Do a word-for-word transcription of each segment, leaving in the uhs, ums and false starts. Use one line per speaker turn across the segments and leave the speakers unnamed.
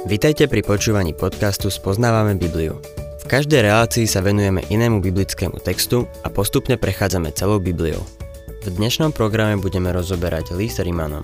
Vitajte pri počúvaní podcastu Spoznávame Bibliu. V každej relácii sa venujeme inému biblickému textu a postupne prechádzame celou Bibliou. V dnešnom programe budeme rozoberať list Rimanom.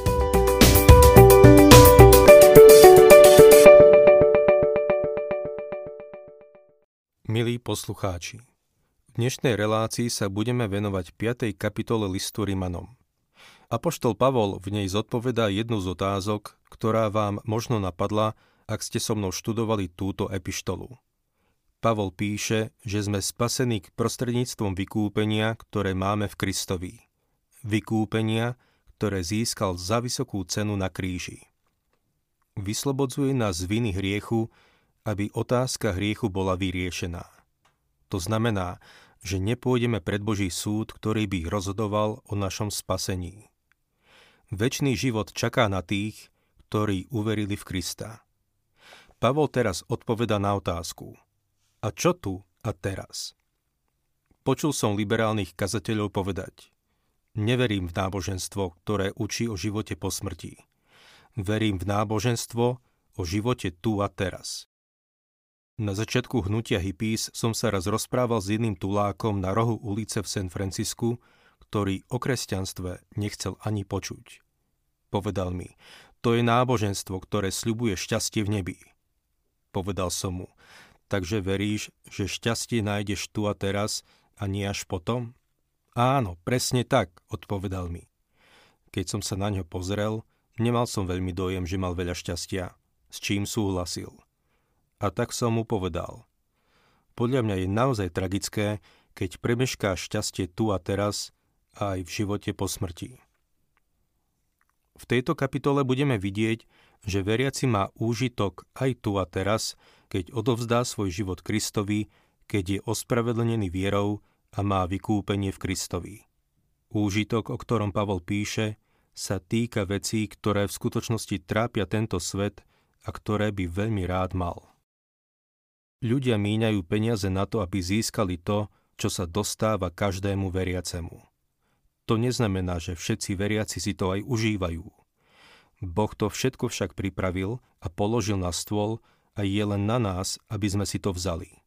Milí poslucháči, v dnešnej relácii sa budeme venovať piatej kapitole listu Rimanom. Apoštol Pavol v nej zodpovedá jednu z otázok, ktorá vám možno napadla, ak ste so mnou študovali túto epištolu. Pavol píše, že sme spasení prostredníctvom vykúpenia, ktoré máme v Kristovi. Vykúpenia, ktoré získal za vysokú cenu na kríži. Vyslobodzuje nás z viny hriechu, aby otázka hriechu bola vyriešená. To znamená, že nepôjdeme pred Boží súd, ktorý by rozhodoval o našom spasení. Večný život čaká na tých, ktorí uverili v Krista. Pavol teraz odpoveda na otázku: a čo tu a teraz? Počul som liberálnych kazateľov povedať: neverím v náboženstvo, ktoré učí o živote po smrti. Verím v náboženstvo o živote tu a teraz. Na začiatku hnutia hippies som sa raz rozprával s jedným tulákom na rohu ulice v San Francisku, ktorý o kresťanstve nechcel ani počuť. Povedal mi: to je náboženstvo, ktoré sľubuje šťastie v nebi. Povedal som mu: takže veríš, že šťastie nájdeš tu a teraz a nie až potom? Áno, presne tak, odpovedal mi. Keď som sa na ňo pozrel, nemal som veľmi dojem, že mal veľa šťastia, s čím súhlasil. A tak som mu povedal: podľa mňa je naozaj tragické, keď premeškáš šťastie tu a teraz a aj v živote po smrti. V tejto kapitole budeme vidieť, že veriaci má úžitok aj tu a teraz, keď odovzdá svoj život Kristovi, keď je ospravedlnený vierou a má vykúpenie v Kristovi. Úžitok, o ktorom Pavol píše, sa týka vecí, ktoré v skutočnosti trápia tento svet a ktoré by veľmi rád mal. Ľudia míňajú peniaze na to, aby získali to, čo sa dostáva každému veriacemu. To neznamená, že všetci veriaci si to aj užívajú. Boh to všetko však pripravil a položil na stôl a je len na nás, aby sme si to vzali.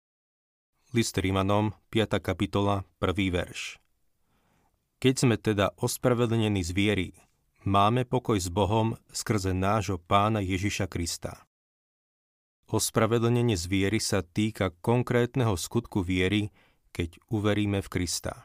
List Rimanom, piata kapitola, prvý verš. Keď sme teda ospravedlnení z viery, máme pokoj s Bohom skrze nášho Pána Ježiša Krista. Ospravedlnenie z viery sa týka konkrétneho skutku viery, keď uveríme v Krista.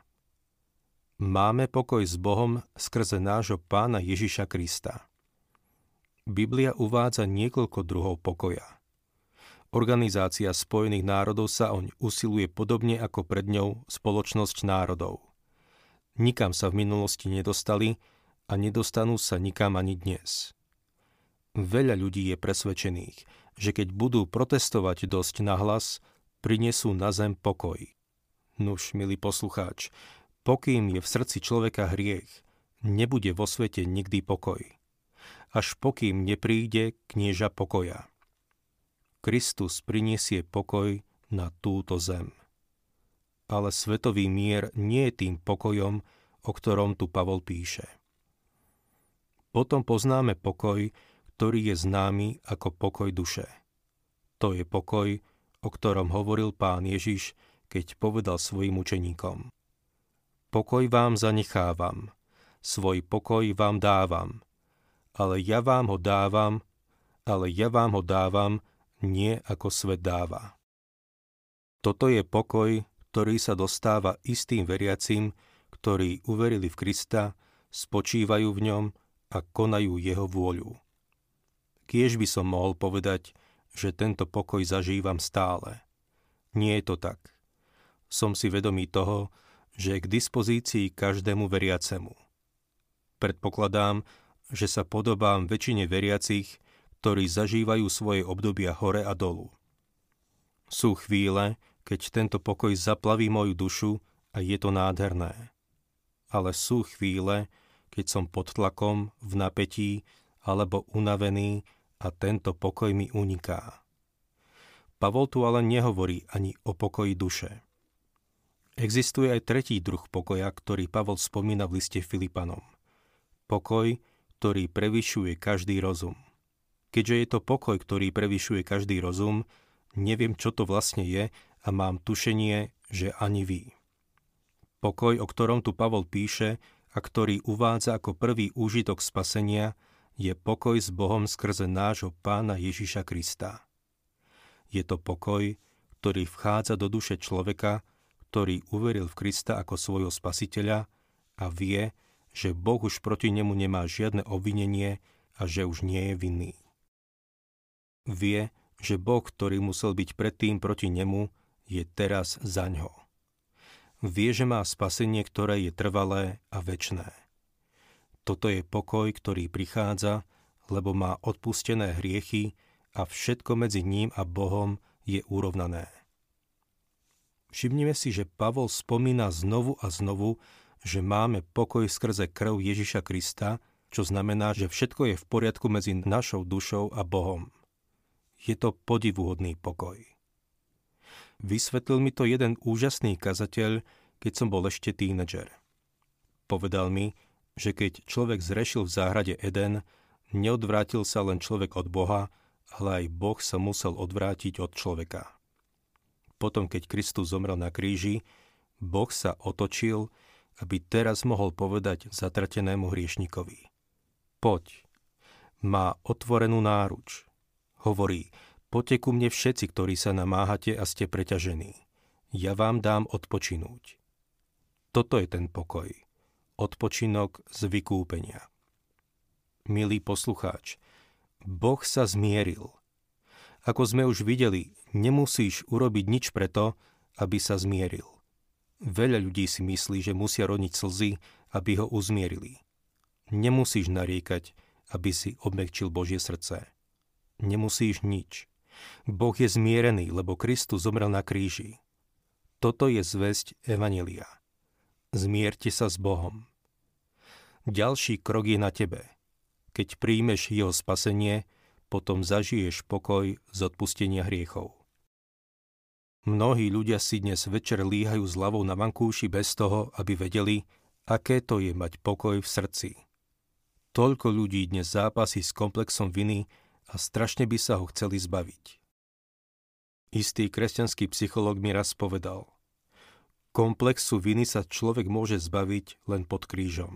Máme pokoj s Bohom skrze nášho Pána Ježiša Krista. Biblia uvádza niekoľko druhov pokoja. Organizácia Spojených národov sa oň usiluje podobne ako pred ňou Spoločnosť národov. Nikam sa v minulosti nedostali a nedostanú sa nikam ani dnes. Veľa ľudí je presvedčených, že keď budú protestovať dosť nahlas, prinesú na zem pokoj. Nuž, milý poslucháč, pokým je v srdci človeka hriech, nebude vo svete nikdy pokoj. Až pokým nepríde knieža pokoja. Kristus prinesie pokoj na túto zem. Ale svetový mier nie je tým pokojom, o ktorom tu Pavol píše. Potom poznáme pokoj, ktorý je známy ako pokoj duše. To je pokoj, o ktorom hovoril Pán Ježiš, keď povedal svojim učeníkom: pokoj vám zanechávam, svoj pokoj vám dávam, ale ja vám ho dávam, ale ja vám ho dávam, nie ako svet dáva. Toto je pokoj, ktorý sa dostáva istým veriacim, ktorí uverili v Krista, spočívajú v ňom a konajú jeho vôľu. Kiež by som mohol povedať, že tento pokoj zažívam stále. Nie je to tak. Som si vedomý toho, že je k dispozícii každému veriacemu. Predpokladám, že sa podobám väčšine veriacich, ktorí zažívajú svoje obdobia hore a dolu. Sú chvíle, keď tento pokoj zaplaví moju dušu a je to nádherné. Ale sú chvíle, keď som pod tlakom, v napätí alebo unavený a tento pokoj mi uniká. Pavol tu ale nehovorí ani o pokoji duše. Existuje aj tretí druh pokoja, ktorý Pavol spomína v liste Filipanom. Pokoj, ktorý prevyšuje každý rozum. Keďže je to pokoj, ktorý prevyšuje každý rozum, neviem, čo to vlastne je a mám tušenie, že ani vy. Pokoj, o ktorom tu Pavol píše a ktorý uvádza ako prvý úžitok spasenia, je pokoj s Bohom skrze nášho Pána Ježiša Krista. Je to pokoj, ktorý vchádza do duše človeka, ktorý uveril v Krista ako svojho spasiteľa a vie, že Boh už proti nemu nemá žiadne obvinenie a že už nie je vinný. Vie, že Boh, ktorý musel byť predtým proti nemu, je teraz zaňho. Vie, že má spasenie, ktoré je trvalé a večné. Toto je pokoj, ktorý prichádza, lebo má odpustené hriechy a všetko medzi ním a Bohom je urovnané. Všimnime si, že Pavol spomína znovu a znovu, že máme pokoj skrze krv Ježiša Krista, čo znamená, že všetko je v poriadku medzi našou dušou a Bohom. Je to podivuhodný pokoj. Vysvetlil mi to jeden úžasný kazateľ, keď som bol ešte tínedžer. Povedal mi, že keď človek zrešil v záhrade Eden, neodvrátil sa len človek od Boha, ale aj Boh sa musel odvrátiť od človeka. Potom, keď Kristus zomrel na kríži, Boh sa otočil, aby teraz mohol povedať zatratenému hriešnikovi: Poď, má otvorenú náruč. Hovorí: Poďte ku mne všetci, ktorí sa namáhate a ste preťažení. Ja vám dám odpočinúť. Toto je ten pokoj. Odpočinok z vykúpenia. Milý poslucháč, Boh sa zmieril. Ako sme už videli, nemusíš urobiť nič preto, aby sa zmieril. Veľa ľudí si myslí, že musia roniť slzy, aby ho uzmierili. Nemusíš nariekať, aby si obmekčil Božie srdce. Nemusíš nič. Boh je zmierený, lebo Kristus zomrel na kríži. Toto je zvesť evanjelia. Zmierte sa s Bohom. Ďalší krok je na tebe. Keď príjmeš jeho spasenie, potom zažiješ pokoj z odpustenia hriechov. Mnohí ľudia si dnes večer líhajú s hlavou na vankúši bez toho, aby vedeli, aké to je mať pokoj v srdci. Toľko ľudí dnes zápasí s komplexom viny a strašne by sa ho chceli zbaviť. Istý kresťanský psychológ mi raz povedal: komplexu viny sa človek môže zbaviť len pod krížom.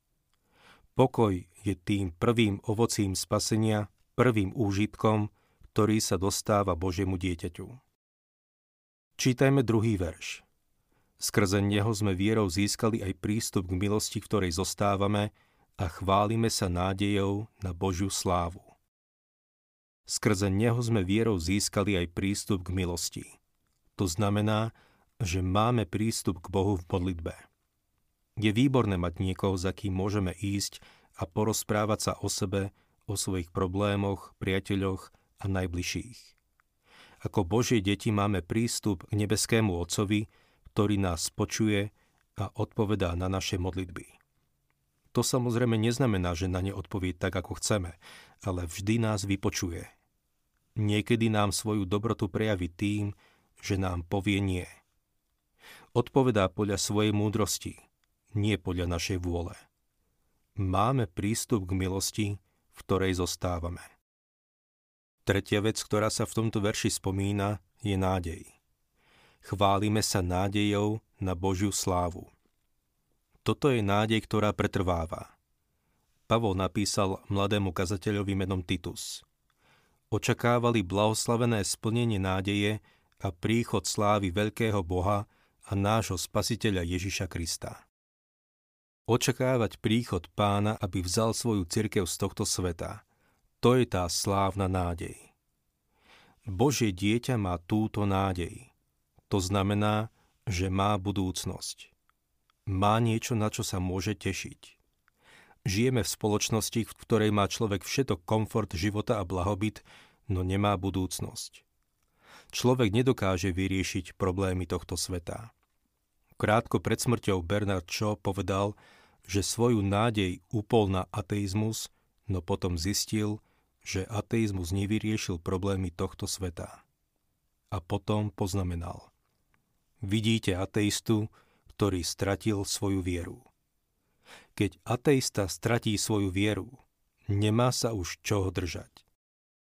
Pokoj je tým prvým ovocím spasenia, prvým úžitkom, ktorý sa dostáva Božiemu dieťaťu. Čítajme druhý verš. Skrze neho sme vierou získali aj prístup k milosti, v ktorej zostávame, a chválime sa nádejou na Božiu slávu. Skrze neho sme vierou získali aj prístup k milosti. To znamená, že máme prístup k Bohu v modlitbe. Je výborné mať niekoho, za kým môžeme ísť a porozprávať sa o sebe, o svojich problémoch, priateľoch a najbližších. Ako Božie deti máme prístup k nebeskému Otcovi, ktorý nás počuje a odpovedá na naše modlitby. To samozrejme neznamená, že na ne odpovie tak, ako chceme, ale vždy nás vypočuje. Niekedy nám svoju dobrotu prejaví tým, že nám povie nie. Odpovedá podľa svojej múdrosti, nie podľa našej vôle. Máme prístup k milosti, v ktorej zostávame. Tretia vec, ktorá sa v tomto verši spomína, je nádej. Chválime sa nádejou na Božiu slávu. Toto je nádej, ktorá pretrváva. Pavol napísal mladému kazateľovi menom Titus. Očakávali blahoslavené splnenie nádeje a príchod slávy veľkého Boha a nášho Spasiteľa Ježiša Krista. Očakávať príchod Pána, aby vzal svoju cirkev z tohto sveta, to je tá slávna nádej. Božie dieťa má túto nádej. To znamená, že má budúcnosť. Má niečo, na čo sa môže tešiť. Žijeme v spoločnosti, v ktorej má človek všetok komfort života a blahobyt, no nemá budúcnosť. Človek nedokáže vyriešiť problémy tohto sveta. Krátko pred smrťou Bernard Shaw povedal, že svoju nádej upol na ateizmus, no potom zistil, že ateizmus nevyriešil problémy tohto sveta. A potom poznamenal: vidíte ateistu, ktorý stratil svoju vieru. Keď ateista stratí svoju vieru, nemá sa už čoho držať.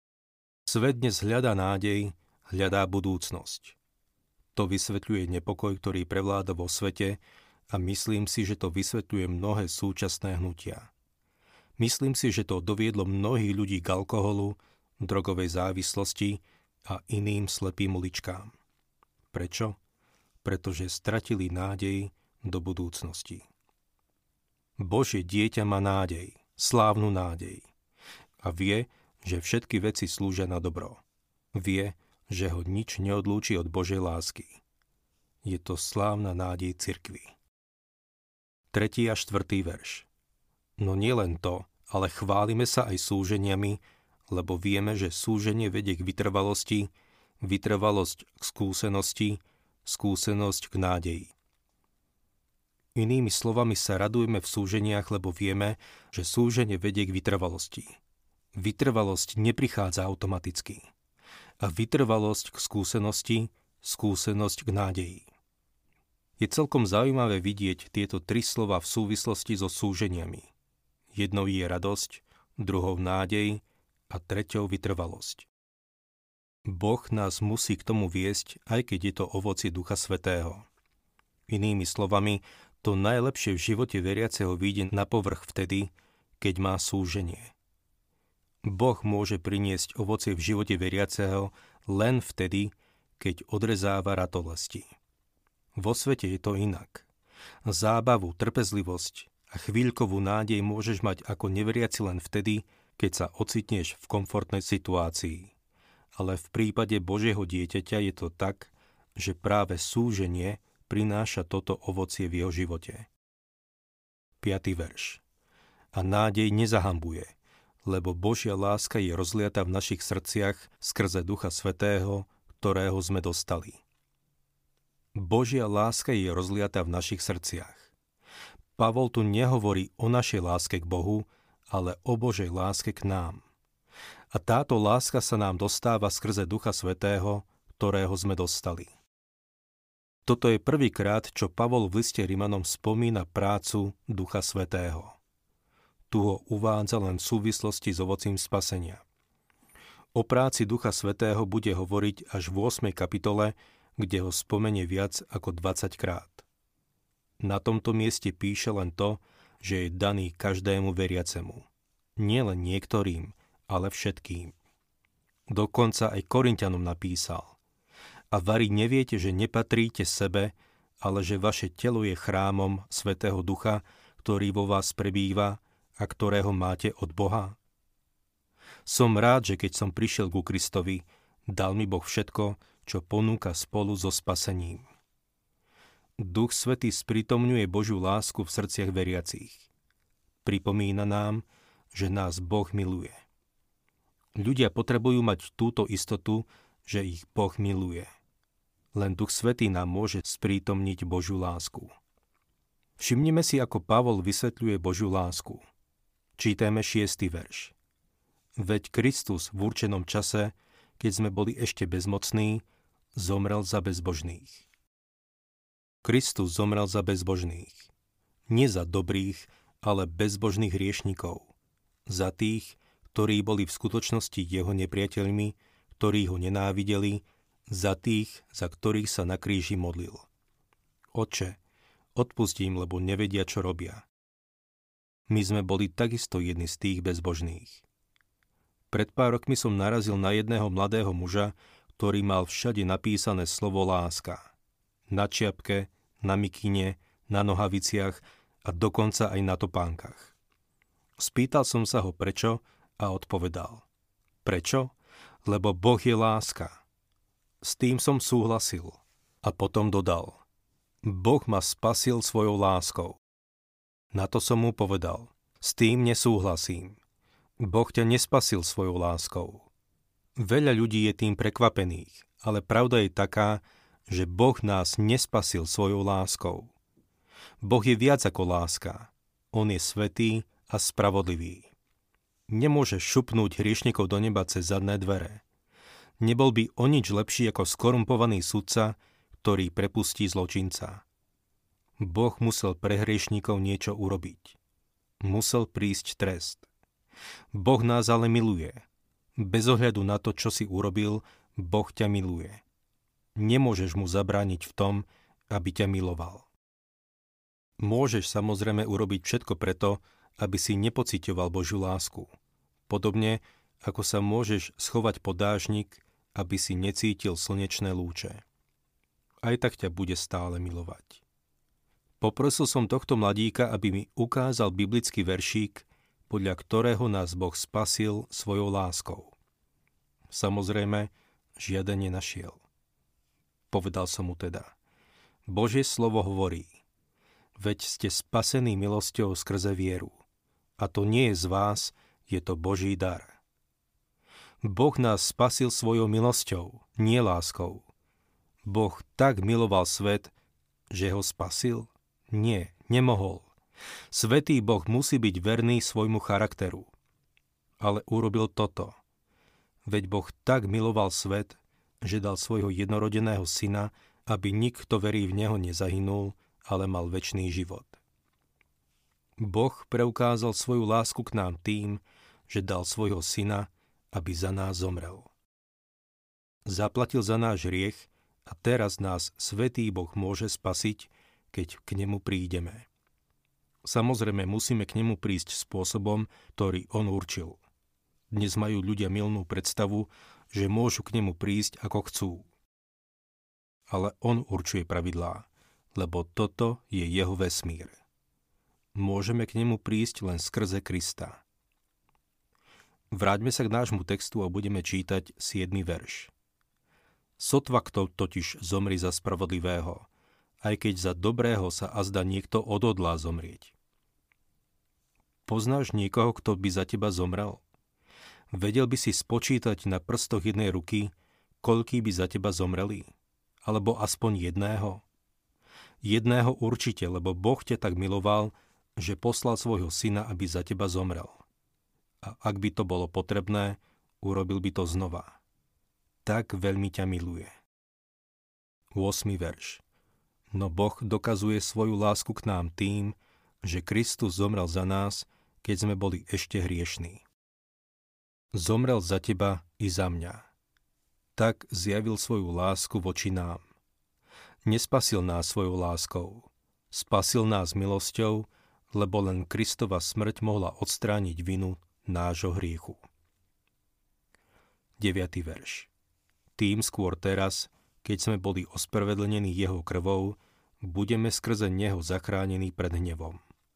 Svet dnes hľadá nádej, hľadá budúcnosť. To vysvetľuje nepokoj, ktorý prevláda vo svete a myslím si, že to vysvetľuje mnohé súčasné hnutia. Myslím si, že to doviedlo mnohých ľudí k alkoholu, drogovej závislosti a iným slepým uličkám. Prečo? Pretože stratili nádej do budúcnosti. Božie dieťa má nádej, slávnu nádej. A vie, že všetky veci slúžia na dobro. Vie, že ho nič neodlúči od Božej lásky. Je to slávna nádej cirkvi. Tretí a štvrtý verš. No nielen to, ale chválime sa aj súženiami, lebo vieme, že súženie vedie k vytrvalosti, vytrvalosť k skúsenosti, skúsenosť k nádeji. Inými slovami sa radujeme v súženiach, lebo vieme, že súženie vedie k vytrvalosti. Vytrvalosť neprichádza automaticky. A vytrvalosť k skúsenosti, skúsenosť k nádeji. Je celkom zaujímavé vidieť tieto tri slova v súvislosti so súženiami. Jednou je radosť, druhou nádej a treťou vytrvalosť. Boh nás musí k tomu viesť, aj keď je to ovocie Ducha Svätého. Inými slovami, to najlepšie v živote veriaceho vyjde na povrch vtedy, keď má súženie. Boh môže priniesť ovocie v živote veriaceho len vtedy, keď odrezáva ratolesti. Vo svete je to inak. Zábavu, trpezlivosť a chvíľkovú nádej môžeš mať ako neveriaci len vtedy, keď sa ocitneš v komfortnej situácii. Ale v prípade Božieho dieťaťa je to tak, že práve súženie prináša toto ovocie v jeho živote. piaty verš. A nádej nezahambuje, lebo Božia láska je rozliata v našich srdciach skrze Ducha Svätého, ktorého sme dostali. Božia láska je rozliata v našich srdciach. Pavol tu nehovorí o našej láske k Bohu, ale o Božej láske k nám. A táto láska sa nám dostáva skrze Ducha Svätého, ktorého sme dostali. Toto je prvýkrát, čo Pavol v liste Rimanom spomína prácu Ducha Svätého. Tu ho uvádza len v súvislosti s ovocím spasenia. O práci Ducha Svätého bude hovoriť až v ôsmej kapitole, kde ho spomenie viac ako dvadsať krát. Na tomto mieste píše len to, že je daný každému veriacemu. Nie len niektorým, ale všetkým. Dokonca aj Korinťanom napísal. A vari neviete, že nepatríte sebe, ale že vaše telo je chrámom Svätého Ducha, ktorý vo vás prebýva a ktorého máte od Boha? Som rád, že keď som prišiel ku Kristovi, dal mi Boh všetko, čo ponúka spolu so spasením. Duch Svätý sprítomňuje Božiu lásku v srdciach veriacich. Pripomína nám, že nás Boh miluje. Ľudia potrebujú mať túto istotu, že ich Boh miluje. Len Duch Svätý nám môže sprítomniť Božiu lásku. Všimnime si, ako Pavol vysvetľuje Božiu lásku. Čítame šiesty verš. Veď Kristus v určenom čase, keď sme boli ešte bezmocní, zomrel za bezbožných. Kristus zomrel za bezbožných. Nie za dobrých, ale bezbožných hriešnikov. Za tých, ktorí boli v skutočnosti jeho nepriateľmi, ktorí ho nenávideli, za tých, za ktorých sa na kríži modlil. Otče, odpusť im, lebo nevedia, čo robia. My sme boli takisto jedni z tých bezbožných. Pred pár rokmi som narazil na jedného mladého muža, ktorý mal všade napísané slovo láska. Na čiapke, na mikine, na nohaviciach a dokonca aj na topánkach. Spýtal som sa ho prečo a odpovedal. Prečo? Lebo Boh je láska. S tým som súhlasil. A potom dodal. Boh ma spasil svojou láskou. Na to som mu povedal. S tým nesúhlasím. Boh ťa nespasil svojou láskou. Veľa ľudí je tým prekvapených, ale pravda je taká, že Boh nás nespasil svojou láskou. Boh je viac ako láska. On je svätý a spravodlivý. Nemôže šupnúť hriešnikov do neba cez zadné dvere. Nebol by o nič lepší ako skorumpovaný sudca, ktorý prepustí zločinca. Boh musel pre hriešnikov niečo urobiť. Musel prísť trest. Boh nás ale miluje. Bez ohľadu na to, čo si urobil, Boh ťa miluje. Nemôžeš mu zabrániť v tom, aby ťa miloval. Môžeš samozrejme urobiť všetko preto, aby si nepociťoval Božiu lásku. Podobne, ako sa môžeš schovať pod dážnik, aby si necítil slnečné lúče. Aj tak ťa bude stále milovať. Poprosil som tohto mladíka, aby mi ukázal biblický veršík, podľa ktorého nás Boh spasil svojou láskou. Samozrejme, žiaden nenašiel. Povedal som mu teda: Božie slovo hovorí: veď ste spasení milosťou skrze vieru. A to nie je z vás, je to Boží dar. Boh nás spasil svojou milosťou, nie láskou. Boh tak miloval svet, že ho spasil? Nie, nemohol. Svätý Boh musí byť verný svojmu charakteru. Ale urobil toto. Veď Boh tak miloval svet, že dal svojho jednorodeného syna, aby nikto verí v neho nezahynul, ale mal večný život. Boh preukázal svoju lásku k nám tým, že dal svojho syna, aby za nás zomrel. Zaplatil za náš hriech a teraz nás Svätý Boh môže spasiť, keď k nemu prídeme. Samozrejme musíme k nemu prísť spôsobom, ktorý on určil. Dnes majú ľudia mylnú predstavu, že môžu k nemu prísť ako chcú. Ale on určuje pravidlá, lebo toto je jeho vesmír. Môžeme k nemu prísť len skrze Krista. Vráťme sa k nášmu textu a budeme čítať siedmy verš. Sotva kto totiž zomri za spravodlivého, aj keď za dobrého sa azda niekto odhodlá zomrieť. Poznáš niekoho, kto by za teba zomrel? Vedel by si spočítať na prstoch jednej ruky, koľký by za teba zomreli? Alebo aspoň jedného? Jedného určite, lebo Boh ťa tak miloval, že poslal svojho syna, aby za teba zomrel. A ak by to bolo potrebné, urobil by to znova. Tak veľmi ťa miluje. ôsmy verš. No Boh dokazuje svoju lásku k nám tým, že Kristus zomrel za nás, keď sme boli ešte hriešní. Zomrel za teba i za mňa. Tak zjavil svoju lásku voči nám. Nespasil nás svojou láskou. Spasil nás milosťou, lebo len Kristova smrť mohla odstrániť vinu nášho hriechu. deviaty verš. Tým skôr teraz, keď sme boli ospravedlnení jeho krvou, budeme skrze neho zachránení pred hnevom.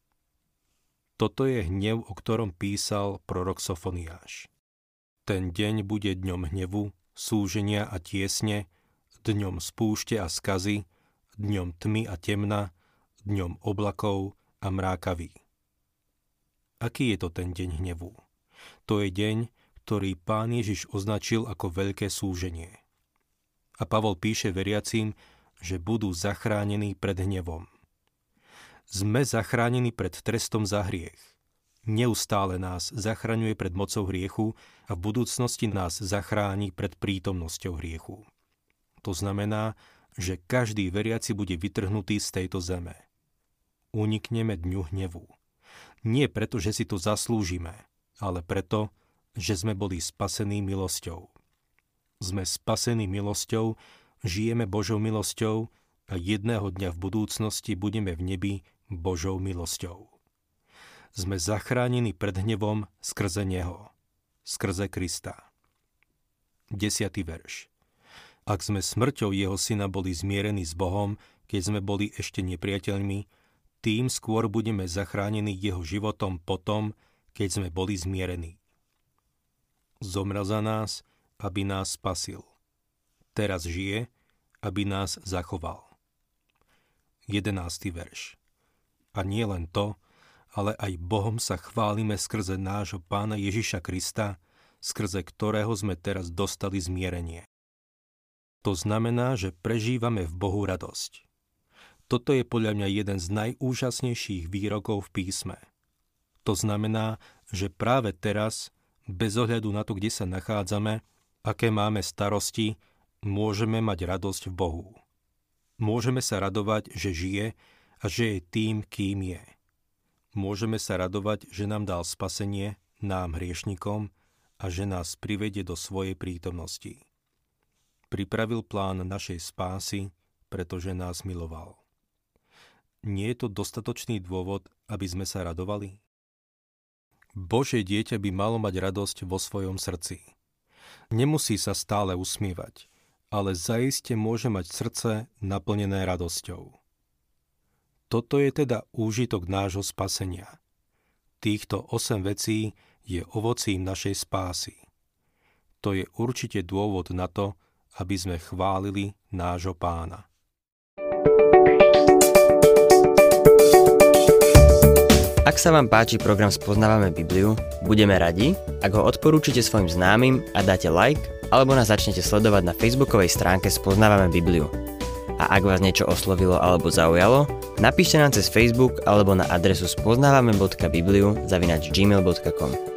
Toto je hnev, o ktorom písal prorok Sofoniáš. Ten deň bude dňom hnevu, súženia a tiesne, dňom spúšte a skazy, dňom tmy a temna, dňom oblakov a mrákavý. Aký je to ten deň hnevu? To je deň, ktorý Pán Ježiš označil ako veľké súženie. A Pavol píše veriacím, že budú zachránení pred hnevom. Sme zachránení pred trestom za hriech. Neustále nás zachraňuje pred mocou hriechu a v budúcnosti nás zachráni pred prítomnosťou hriechu. To znamená, že každý veriaci bude vytrhnutý z tejto zeme. Unikneme dňu hnevu. Nie preto, že si to zaslúžime, ale preto, že sme boli spasení milosťou. Sme spasení milosťou, žijeme Božou milosťou a jedného dňa v budúcnosti budeme v nebi Božou milosťou. Sme zachránení pred hnevom skrze Neho, skrze Krista. desiaty verš. Ak sme smrťou Jeho Syna boli zmierení s Bohom, keď sme boli ešte nepriateľmi, tým skôr budeme zachránení Jeho životom potom, keď sme boli zmierení. Zomrel za nás, aby nás spasil. Teraz žije, aby nás zachoval. jedenásty verš. A nie len to, ale aj Bohom sa chválime skrze nášho Pána Ježiša Krista, skrze ktorého sme teraz dostali zmierenie. To znamená, že prežívame v Bohu radosť. Toto je podľa mňa jeden z najúžasnejších výrokov v písme. To znamená, že práve teraz, bez ohľadu na to, kde sa nachádzame, aké máme starosti, môžeme mať radosť v Bohu. Môžeme sa radovať, že žije a že je tým, kým je. Môžeme sa radovať, že nám dal spasenie, nám hriešnikom, a že nás privedie do svojej prítomnosti. Pripravil plán našej spásy, pretože nás miloval. Nie je to dostatočný dôvod, aby sme sa radovali? Božie dieťa by malo mať radosť vo svojom srdci. Nemusí sa stále usmievať, ale zaiste môže mať srdce naplnené radosťou. Toto je teda úžitok nášho spasenia. Týchto osem vecí je ovocím našej spásy. To je určite dôvod na to, aby sme chválili nášho Pána.
Ak sa vám páči program Spoznávame Bibliu, budeme radi, ak ho odporúčite svojim známym a dáte like, alebo nás začnete sledovať na facebookovej stránke Spoznávame Bibliu. A ak vás niečo oslovilo alebo zaujalo, napíšte nám cez Facebook alebo na adresu spoznávame bodka bibliu zavináč gmail bodka com.